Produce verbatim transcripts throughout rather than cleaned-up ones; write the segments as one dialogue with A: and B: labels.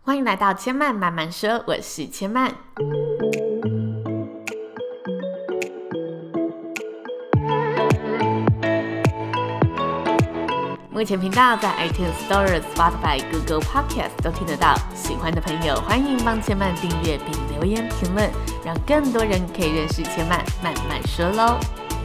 A: 欢迎来到千曼慢慢说，我是千曼。目前频道在 iTunes Store、Spotify、Google Podcast 都听得到，喜欢的朋友欢迎帮千曼订阅并留言评论，让更多人可以认识千曼慢慢说咯。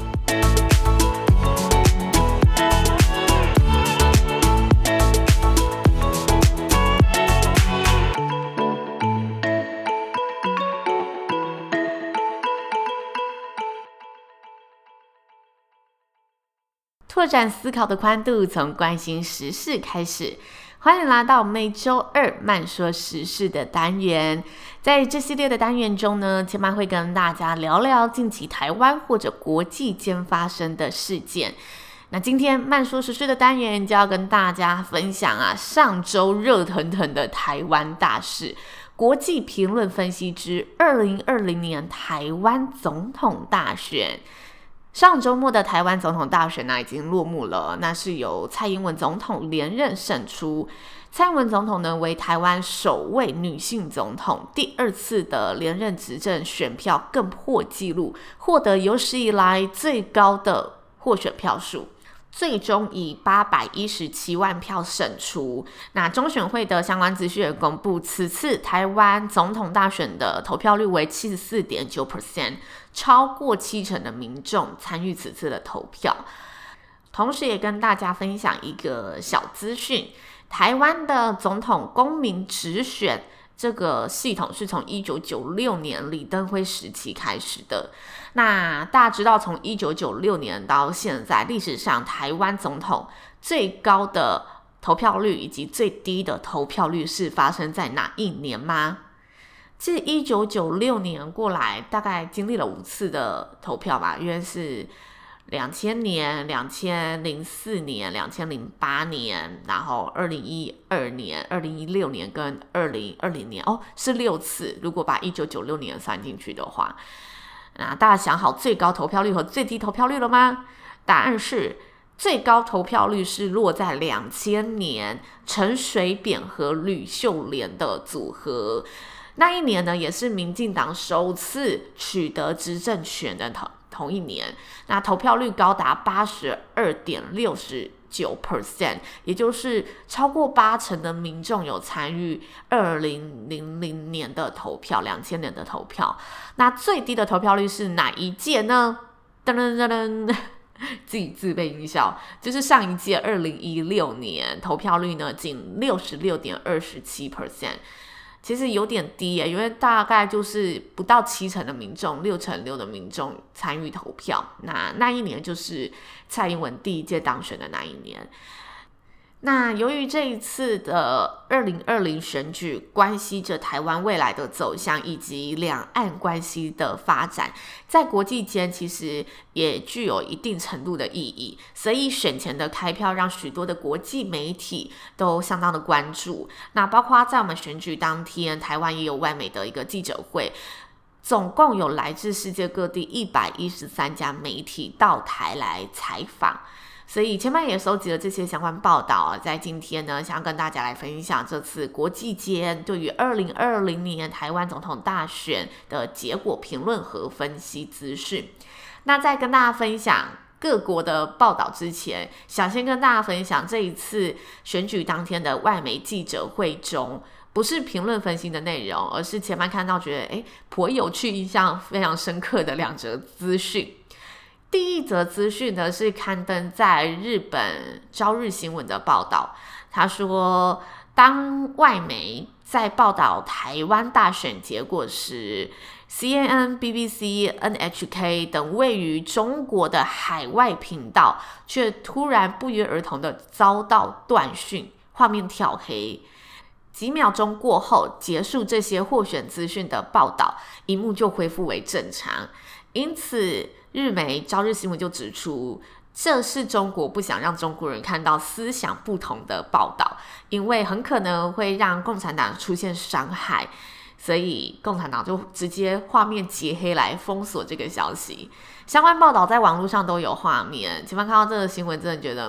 A: 拓展思考的宽度，从关心时事开始。欢迎来到每周二慢说时事的单元。在这系列的单元中呢，千曼会跟大家聊聊近期台湾或者国际间发生的事件。那今天慢说时事的单元就要跟大家分享啊，上周热腾腾的台湾大事。国际评论分析之二零二零年台湾总统大选。上周末的台湾总统大选呢、啊、已经落幕了，那是由蔡英文总统连任胜出。蔡英文总统呢为台湾首位女性总统，第二次的连任执政，选票更破纪录，获得有史以来最高的获选票数。最终以八百一十七万票胜出。那中选会的相关资讯也公布，此次台湾总统大选的投票率为 百分之七十四点九， 超过七成的民众参与此次的投票。同时也跟大家分享一个小资讯，台湾的总统公民直选这个系统是从一九九六年李登辉时期开始的。那大家知道，从一九九六年到现在，历史上台湾总统最高的投票率以及最低的投票率是发生在哪一年吗？自一九九六年过来，大概经历了五次的投票吧，因为是两千年、两千零四年、两千零八年，然后二零一二年、二零一六年跟二零二零年，哦，是六次。如果把一九九六年算进去的话，那大家想好最高投票率和最低投票率了吗？答案是最高投票率是落在两千年陈水扁和吕秀莲的组合。那一年呢，也是民进党首次取得执政权的同同一年，那投票率高达 百分之八十二点六九， 也就是超过八成的民众有参与二零零零年的投票，两千年的投票。那最低的投票率是哪一届呢？噔噔噔噔，自己自备音效，就是上一届二零一六年投票率呢仅 百分之六十六点二七。其实有点低耶，因为大概就是不到七成的民众，六成六的民众参与投票。那那一年就是蔡英文第一届当选的那一年。那由于这一次的二零二零选举关系着台湾未来的走向以及两岸关系的发展，在国际间其实也具有一定程度的意义，所以选前的开票让许多的国际媒体都相当的关注。那包括在我们选举当天，台湾也有外媒的一个记者会，总共有来自世界各地一百一十三家媒体到台来采访。所以千曼也收集了这些相关报道，在今天呢，想要跟大家来分享这次国际间对于二零二零年台湾总统大选的结果评论和分析资讯。那在跟大家分享各国的报道之前，想先跟大家分享这一次选举当天的外媒记者会中，不是评论分析的内容，而是千曼看到觉得诶颇有趣、印象非常深刻的两则资讯。第一则资讯呢是刊登在日本朝日新闻的报道，他说，当外媒在报道台湾大选结果时， C N N、B B C、N H K 等位于中国的海外频道却突然不约而同的遭到断讯，画面跳黑。几秒钟过后，结束这些获选资讯的报道，荧幕就恢复为正常。因此日媒朝日新闻就指出，这是中国不想让中国人看到思想不同的报道，因为很可能会让共产党出现伤害，所以共产党就直接画面截黑来封锁这个消息。相关报道在网络上都有画面，前面看到这个新闻真的觉得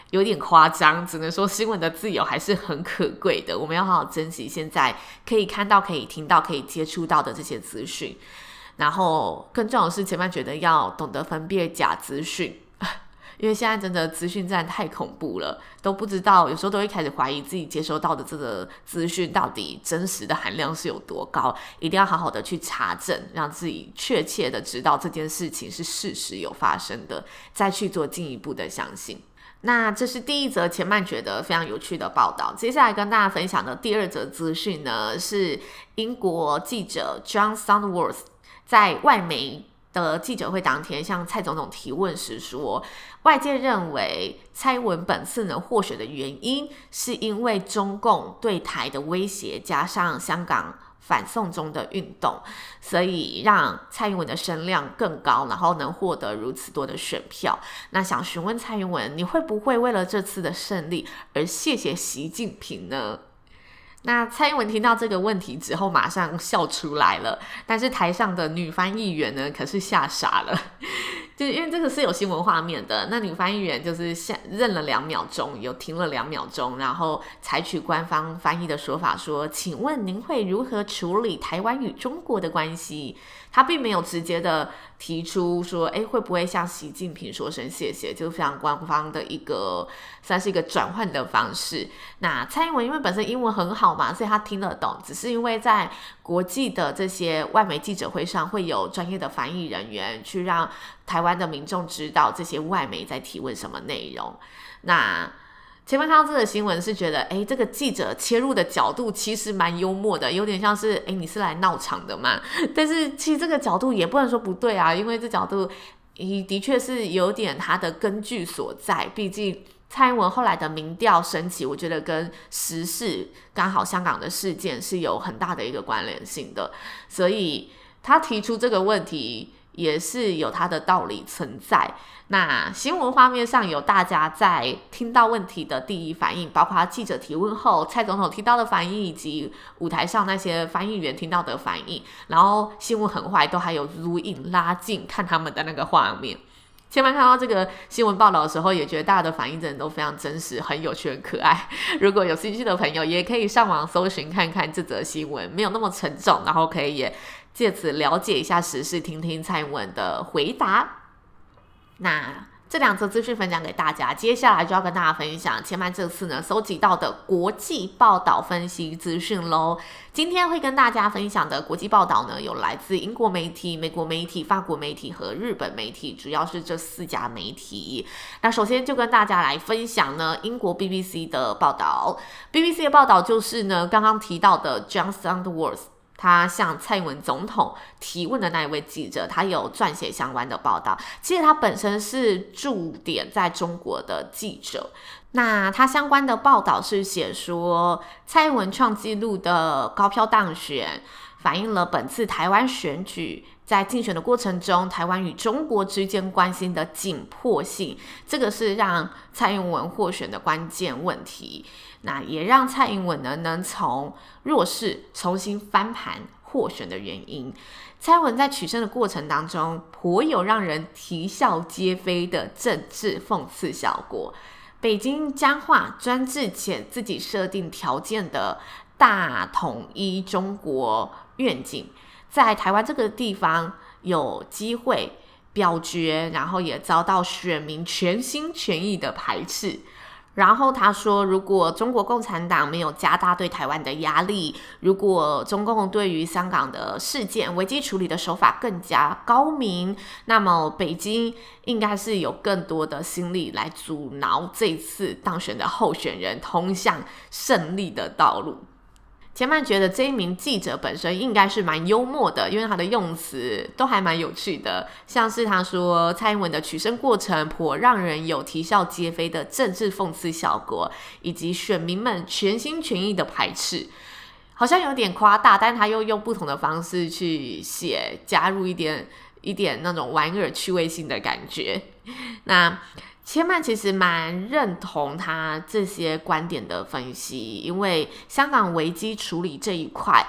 A: 有点夸张，只能说新闻的自由还是很可贵的，我们要好好珍惜现在可以看到、可以听到、可以接触到的这些资讯。然后更重要的是，前面觉得要懂得分辨假资讯，因为现在真的资讯站太恐怖了，都不知道，有时候都会开始怀疑自己接收到的这个资讯到底真实的含量是有多高，一定要好好的去查证，让自己确切的知道这件事情是事实有发生的，再去做进一步的相信。那这是第一则前曼觉得非常有趣的报道。接下来跟大家分享的第二则资讯呢，是英国记者 John Sandworth 在外媒的记者会当天向蔡总统提问时说，外界认为蔡英文本次能获选的原因是因为中共对台的威胁加上香港反送中的运动，所以让蔡英文的声量更高，然后能获得如此多的选票。那想询问蔡英文，你会不会为了这次的胜利而谢谢习近平呢？那蔡英文听到这个问题之后马上笑出来了，但是台上的女翻译员呢可是吓傻了，就是因为这个是有新闻画面的，那女翻译员就是愣了两秒钟，有停了两秒钟，然后采取官方翻译的说法说，请问您会如何处理台湾与中国的关系？他并没有直接的提出说，哎，会不会向习近平说声谢谢，就是非常官方的一个，算是一个转换的方式。那蔡英文因为本身英文很好嘛，所以他听得懂，只是因为在国际的这些外媒记者会上会有专业的翻译人员去让台湾的民众知道这些外媒在提问什么内容。那前面看到这个新闻是觉得，哎，这个记者切入的角度其实蛮幽默的，有点像是，哎，你是来闹场的嘛？但是其实这个角度也不能说不对啊，因为这角度的确是有点它的根据所在，毕竟蔡英文后来的民调升起，我觉得跟时事刚好香港的事件是有很大的一个关联性的，所以他提出这个问题也是有它的道理存在。那新闻画面上有大家在听到问题的第一反应，包括记者提问后蔡总统听到的反应，以及舞台上那些翻译员听到的反应，然后新闻很坏都还有 zoom in 拉近看他们的那个画面。前面看到这个新闻报道的时候，也觉得大家的反应真的都非常真实，很有趣很可爱。如果有兴趣的朋友也可以上网搜寻看看这则新闻，没有那么沉重，然后可以也借此了解一下时事，听听蔡英文的回答。那这两则资讯分享给大家，接下来就要跟大家分享前面这次呢搜集到的国际报道分析资讯咯。今天会跟大家分享的国际报道呢，有来自英国媒体、美国媒体、法国媒体和日本媒体，主要是这四家媒体。那首先就跟大家来分享呢英国 B B C 的报道。B B C 的报道就是呢刚刚提到的 John Sandworth，他向蔡英文总统提问的那一位记者，他有撰写相关的报道。其实他本身是驻点在中国的记者，那他相关的报道是写说，蔡英文创纪录的高票当选，反映了本次台湾选举在竞选的过程中，台湾与中国之间关系的紧迫性，这个是让蔡英文获选的关键问题。那也让蔡英文呢能从弱势重新翻盘获选的原因。蔡英文在取胜的过程当中，颇有让人啼笑皆非的政治讽刺效果。北京僵化专制且自己设定条件的大统一中国愿景，在台湾这个地方有机会表决，然后也遭到选民全心全意的排斥。然后他说，如果中国共产党没有加大对台湾的压力，如果中共对于香港的事件危机处理的手法更加高明，那么北京应该是有更多的心力来阻挠这次当选的候选人通向胜利的道路。前面觉得这一名记者本身应该是蛮幽默的，因为他的用词都还蛮有趣的，像是他说蔡英文的取胜过程颇让人有啼笑皆非的政治讽刺效果，以及选民们全心全意的排斥，好像有点夸大，但他又用不同的方式去写，加入一点一点那种玩耳趣味性的感觉。那千曼其实蛮认同他这些观点的分析，因为香港危机处理这一块，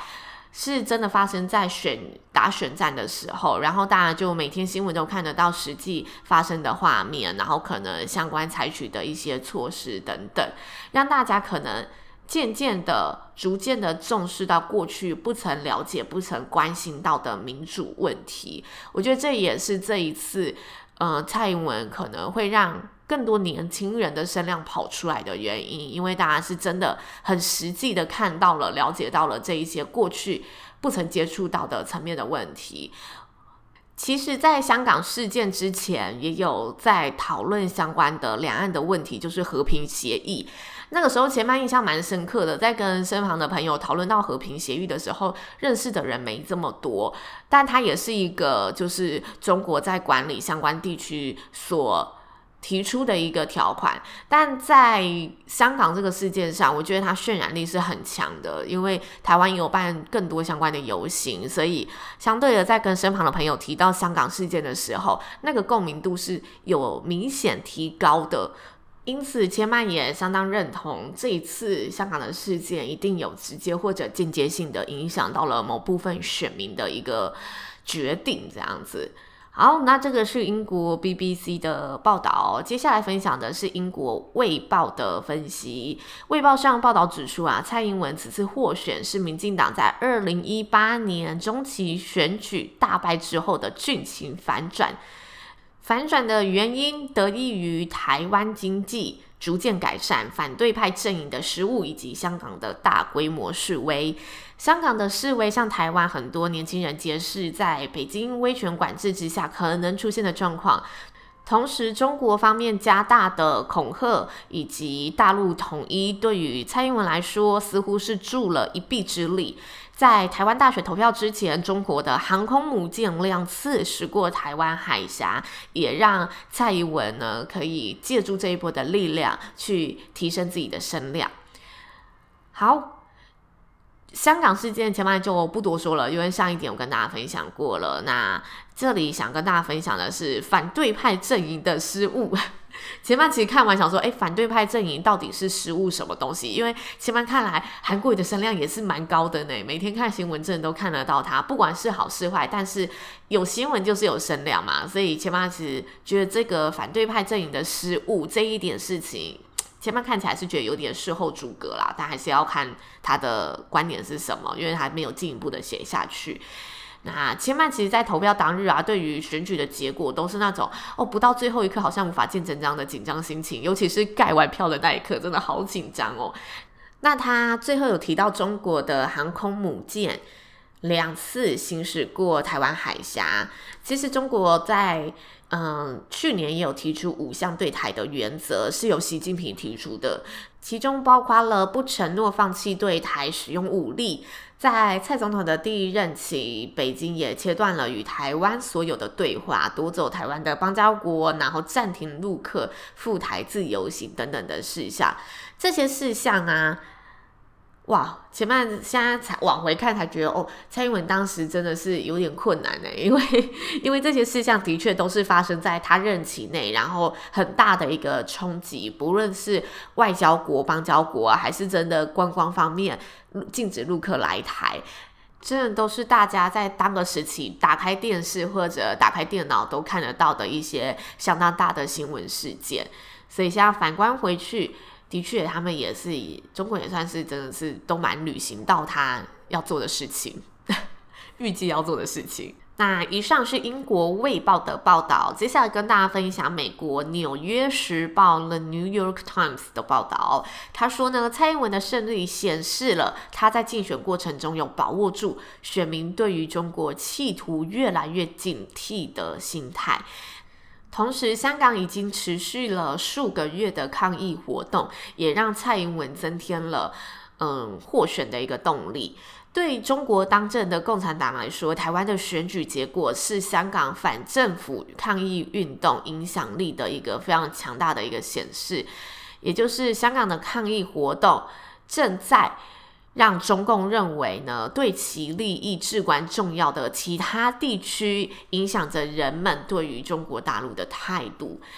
A: 是真的发生在选打选战的时候，然后大家就每天新闻都看得到实际发生的画面，然后可能相关采取的一些措施等等，让大家可能渐渐的、逐渐的重视到过去不曾了解、不曾关心到的民主问题。我觉得这也是这一次，呃，蔡英文可能会让更多年轻人的声量跑出来的原因，因为大家是真的很实际的看到了、了解到了这一些过去不曾接触到的层面的问题。其实在香港事件之前也有在讨论相关的两岸的问题，就是和平协议。那个时候前半印象蛮深刻的，在跟身旁的朋友讨论到和平协议的时候，认识的人没这么多，但它也是一个就是中国在管理相关地区所提出的一个条款。但在香港这个事件上，我觉得它渲染力是很强的，因为台湾也有办更多相关的游行，所以相对的在跟身旁的朋友提到香港事件的时候，那个共鸣度是有明显提高的。因此千曼也相当认同这一次香港的事件一定有直接或者间接性的影响到了某部分选民的一个决定这样子。好，那这个是英国 B B C 的报道，接下来分享的是英国卫报的分析。卫报上报道指出啊，蔡英文此次获选是民进党在二零一八年中期选举大败之后的剧情反转。反转的原因得益于台湾经济逐渐改善、反对派阵营的失误以及香港的大规模示威。香港的示威向台湾很多年轻人揭示在北京威权管制之下可能出现的状况。同时中国方面加大的恐吓以及大陆统一，对于蔡英文来说似乎是助了一臂之力。在台湾大选投票之前，中国的航空母舰亮次驶过台湾海峡，也让蔡英文呢可以借助这一波的力量去提升自己的声量。好，香港事件前面就不多说了，因为上一点我跟大家分享过了。那这里想跟大家分享的是反对派阵营的失误。前面其实看完想说，哎，反对派阵营到底是失误什么东西？因为前面看来韩国瑜的声量也是蛮高的呢，每天看新闻真的都看得到他，不管是好是坏，但是有新闻就是有声量嘛。所以前面其实觉得这个反对派阵营的失误这一点事情，前面看起来是觉得有点事后诸葛啦，但还是要看他的观点是什么，因为他没有进一步的写下去。那千曼其实在投票当日啊，对于选举的结果都是那种哦，不到最后一刻好像无法见真章的紧张心情，尤其是盖完票的那一刻真的好紧张哦。那他最后有提到中国的航空母舰两次行驶过台湾海峡，其实中国在嗯去年也有提出五项对台的原则，是由习近平提出的，其中包括了不承诺放弃对台使用武力。在蔡总统的第一任期，北京也切断了与台湾所有的对话，夺走台湾的邦交国，然后暂停陆客赴台自由行等等的事项。这些事项啊，哇，前面现在才往回看才觉得哦，蔡英文当时真的是有点困难耶，因为因为这些事项的确都是发生在他任期内，然后很大的一个冲击，不论是外交国、邦交国啊，还是真的观光方面禁止陆客来台，真的都是大家在当个时期打开电视或者打开电脑都看得到的一些相当大的新闻事件。所以现在反观回去，的确他们也是中国也算是真的是都蛮履行到他要做的事情预计要做的事情。那以上是英国卫报的报道，接下来跟大家分享美国纽约时报 The New York Times 的报道。他说呢，蔡英文的胜利显示了他在竞选过程中有把握住选民对于中国企图越来越警惕的心态。同时香港已经持续了数个月的抗议活动，也让蔡英文增添了嗯获选的一个动力。对中国当政的共产党来说，台湾的选举结果是香港反政府抗议运动影响力的一个非常强大的一个显示，也就是香港的抗议活动正在让中共认为呢，对其利益至关重要的其他地区影响着人们对于中国大陆的态度。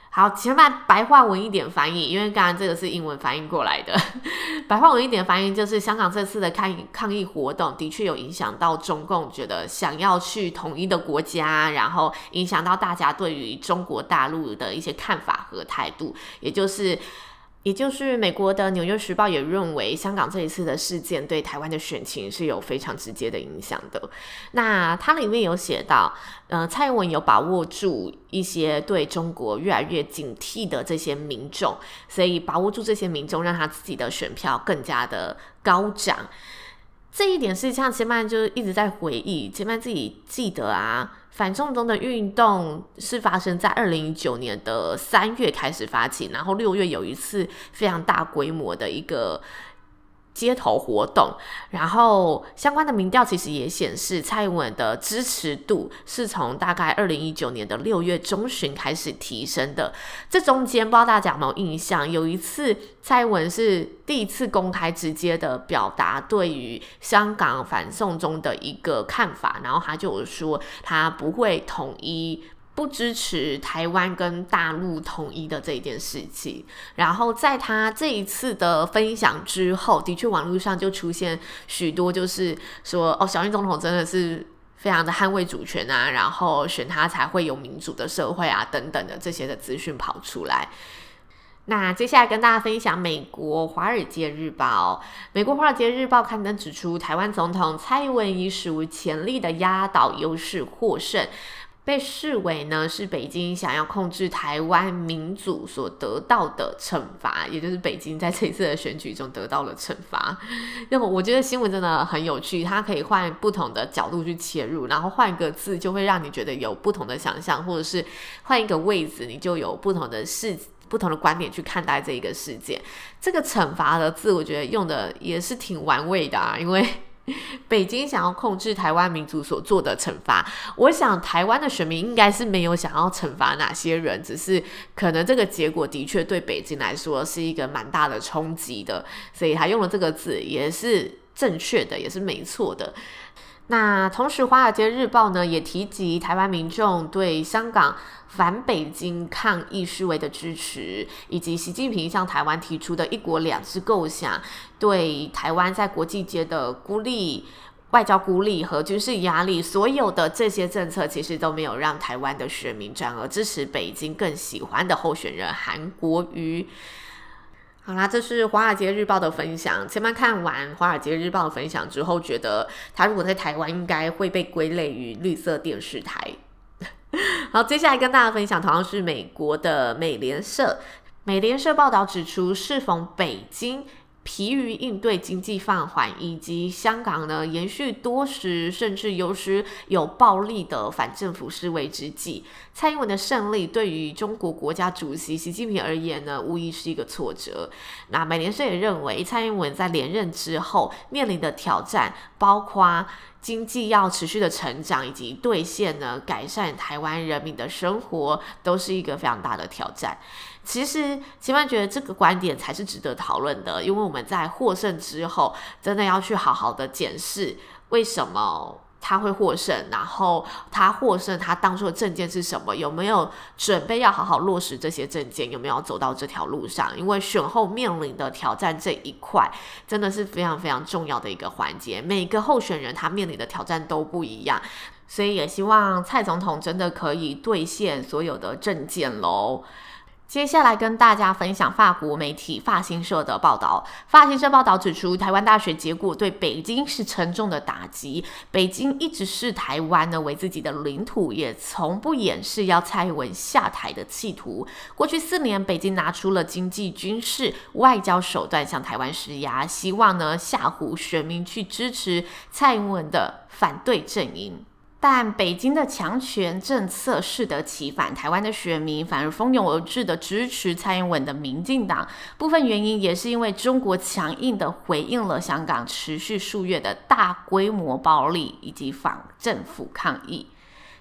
A: 好，先把白话文一点翻译，因为刚刚这个是英文翻译过来的。白话文一点翻译就是，香港这次的抗议抗议活动的确有影响到中共觉得想要去统一的国家，然后影响到大家对于中国大陆的一些看法和态度，也就是。也就是美国的《纽约时报》也认为，香港这一次的事件对台湾的选情是有非常直接的影响的。那它里面有写到，呃，蔡英文有把握住一些对中国越来越警惕的这些民众，所以把握住这些民众，让他自己的选票更加的高涨。这一点是像千曼就一直在回忆，千曼自己记得啊。反送中的运动是发生在二零一九年的三月开始发起，然后六月有一次非常大规模的一个街头活动，然后相关的民调其实也显示，蔡英文的支持度是从大概二零一九年的六月中旬开始提升的。这中间不知道大家有没有印象，有一次蔡英文是第一次公开直接的表达对于香港反送中的一个看法，然后他就有说他不会统一。不支持台湾跟大陆统一的这一件事情，然后在他这一次的分享之后，的确网络上就出现许多就是说，哦，小英总统真的是非常的捍卫主权啊，然后选他才会有民主的社会啊，等等的这些的资讯跑出来。那接下来跟大家分享美国《华尔街日报》。美国《华尔街日报》刊登指出，台湾总统蔡英文以史无前例的压倒优势获胜。被视为呢是北京想要控制台湾民主所得到的惩罚，也就是北京在这一次的选举中得到了惩罚。那么我觉得新闻真的很有趣，它可以换不同的角度去切入，然后换一个字就会让你觉得有不同的想象，或者是换一个位置你就有不同的事不同的观点去看待这一个事件。这个惩罚的字我觉得用的也是挺玩味的啊，因为北京想要控制台湾民族所做的惩罚，我想台湾的选民应该是没有想要惩罚哪些人，只是可能这个结果的确对北京来说是一个蛮大的冲击的，所以他用了这个字也是正确的，也是没错的。那同时，《华尔街日报》呢也提及台湾民众对香港反北京抗议示威的支持，以及习近平向台湾提出的一国两制构想，对台湾在国际界的孤立、外交孤立和军事压力，所有的这些政策其实都没有让台湾的选民转而支持北京更喜欢的候选人韩国瑜。好啦，这是《华尔街日报》的分享。前面看完《华尔街日报》的分享之后，觉得他如果在台湾应该会被归类于绿色电视台。好，接下来跟大家分享同样是美国的美联社。美联社报道指出，适逢北京疲于应对经济放缓，以及香港呢延续多时甚至有时有暴力的反政府示威之际，蔡英文的胜利对于中国国家主席习近平而言呢，无疑是一个挫折。那美联社也认为，蔡英文在连任之后面临的挑战，包括经济要持续的成长，以及兑现呢改善台湾人民的生活，都是一个非常大的挑战。其实千万觉得这个观点才是值得讨论的，因为我们在获胜之后，真的要去好好的检视为什么他会获胜，然后他获胜他当初的政见是什么，有没有准备要好好落实这些政见，有没有要走到这条路上。因为选后面临的挑战这一块真的是非常非常重要的一个环节，每个候选人他面临的挑战都不一样，所以也希望蔡总统真的可以兑现所有的政见咯。接下来跟大家分享法国媒体法新社的报道。法新社报道指出，台湾大选结果对北京是沉重的打击。北京一直视台湾呢为自己的领土，也从不掩饰要蔡英文下台的企图。过去四年，北京拿出了经济、军事、外交手段向台湾施压，希望呢吓唬选民去支持蔡英文的反对阵营。但北京的强权政策适得其反，台湾的选民反而蜂拥而至的支持蔡英文的民进党。部分原因也是因为中国强硬的回应了香港持续数月的大规模暴力以及反政府抗议。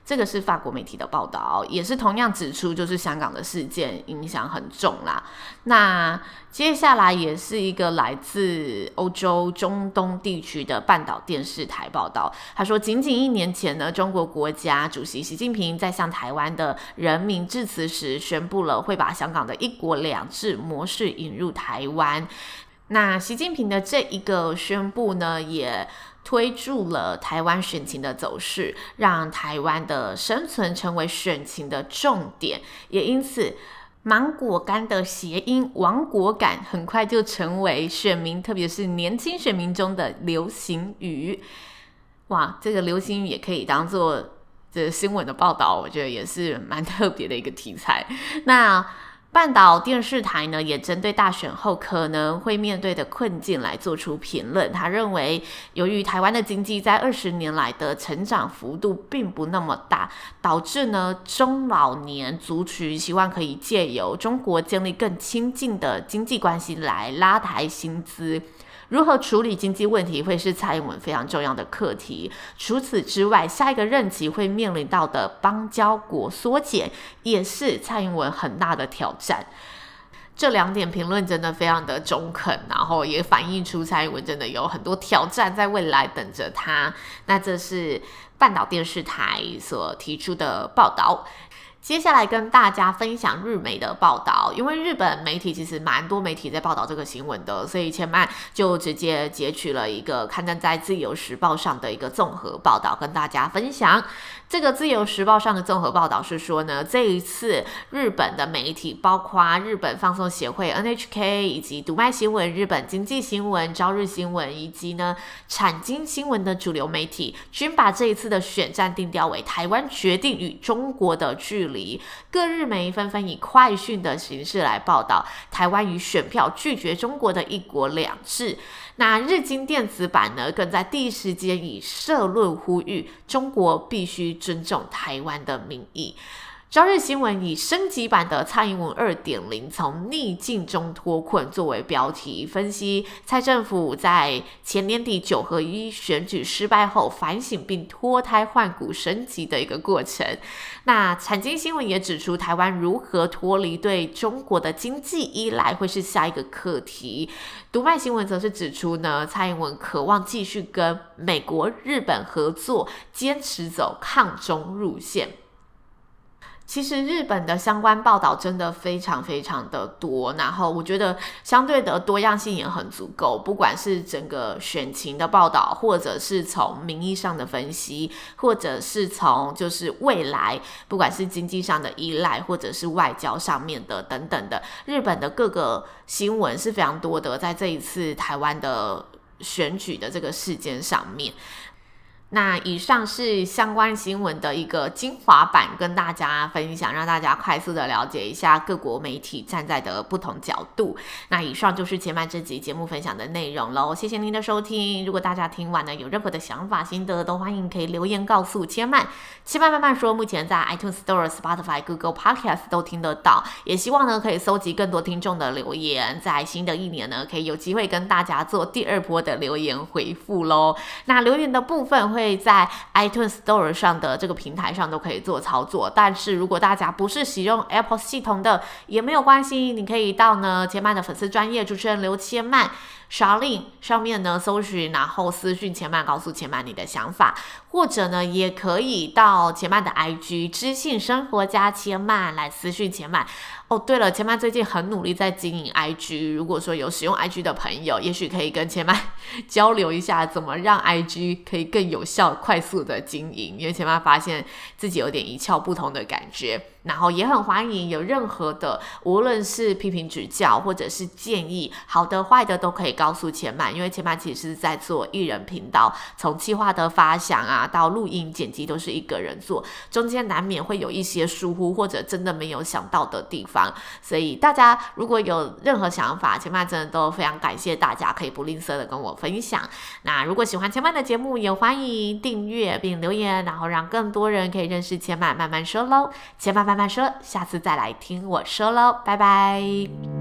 A: 这个是法国媒体的报道，也是同样指出就是香港的事件影响很重啦。那接下来也是一个来自欧洲中东地区的半岛电视台报道，他说仅仅一年前呢，中国国家主席习近平在向台湾的人民致辞时宣布了会把香港的一国两制模式引入台湾。那习近平的这一个宣布呢，也推助了台湾选情的走势，让台湾的生存成为选情的重点，也因此芒果干的谐音亡国感很快就成为选民，特别是年轻选民中的流行语。哇，这个流行语也可以当做这新闻的报道，我觉得也是蛮特别的一个题材。那半岛电视台呢，也针对大选后可能会面对的困境来做出评论。他认为，由于台湾的经济在二十年来的成长幅度并不那么大，导致呢中老年族群希望可以借由中国建立更亲近的经济关系来拉抬薪资。如何处理经济问题会是蔡英文非常重要的课题。除此之外，下一个任期会面临到的邦交国缩减也是蔡英文很大的挑战。这两点评论真的非常的中肯，然后也反映出蔡英文真的有很多挑战在未来等着他。那这是半岛电视台所提出的报道。接下来跟大家分享日媒的报道，因为日本媒体其实蛮多媒体在报道这个新闻的，所以千曼就直接截取了一个刊登在自由时报上的一个综合报道跟大家分享。这个自由时报上的综合报道是说呢，这一次日本的媒体包括日本放送协会 N H K 以及读卖新闻、日本经济新闻、朝日新闻以及呢产经新闻的主流媒体，均把这一次的选战定调为台湾决定与中国的距离。各日媒纷纷以快讯的形式来报道台湾与选票拒绝中国的一国两制。那日经电子版呢，更在第一时间以社论呼吁中国必须尊重台湾的民意。朝日新闻以升级版的蔡英文 二点零 从逆境中脱困作为标题，分析蔡政府在前年底九合一选举失败后反省并脱胎换骨升级的一个过程。那产经新闻也指出，台湾如何脱离对中国的经济依赖会是下一个课题。读卖新闻则是指出呢，蔡英文渴望继续跟美国、日本合作，坚持走抗中路线。其实日本的相关报道真的非常非常的多，然后我觉得相对的多样性也很足够，不管是整个选情的报道，或者是从民意上的分析，或者是从就是未来不管是经济上的依赖，或者是外交上面的等等的，日本的各个新闻是非常多的，在这一次台湾的选举的这个事件上面。那以上是相关新闻的一个精华版，跟大家分享，让大家快速的了解一下各国媒体站在的不同角度。那以上就是前半这集节目分享的内容咯，谢谢您的收听。如果大家听完呢有任何的想法心得，都欢迎可以留言告诉千曼。千曼慢慢说，目前在 iTunes Store、Spotify、Google Podcast 都听得到，也希望呢可以搜集更多听众的留言，在新的一年呢可以有机会跟大家做第二波的留言回复咯。那留言的部分会会在 iTunes Store 上的这个平台上都可以做操作，但是如果大家不是使用 Apple 系统的也没有关系，你可以到呢千曼的粉丝专页主持人刘千曼Charlene 上面呢搜寻，然后私讯千曼告诉千曼你的想法，或者呢也可以到千曼的 I G 知性生活家千曼来私讯千曼。哦，对了，千曼最近很努力在经营 I G， 如果说有使用 I G 的朋友，也许可以跟千曼交流一下，怎么让 I G 可以更有效、快速的经营。因为千曼发现自己有点一窍不通的感觉，然后也很欢迎有任何的，无论是批评指教或者是建议，好的坏的都可以告诉千曼，因为千曼其实是在做艺人频道，从企划的发想啊到录音剪辑都是一个人做，中间难免会有一些疏忽或者真的没有想到的地方。所以大家如果有任何想法，千曼真的都非常感谢大家可以不吝啬的跟我分享。那如果喜欢千曼的节目，也欢迎订阅并留言，然后让更多人可以认识千曼慢慢说咯。千曼慢慢说，下次再来听我说咯，拜拜。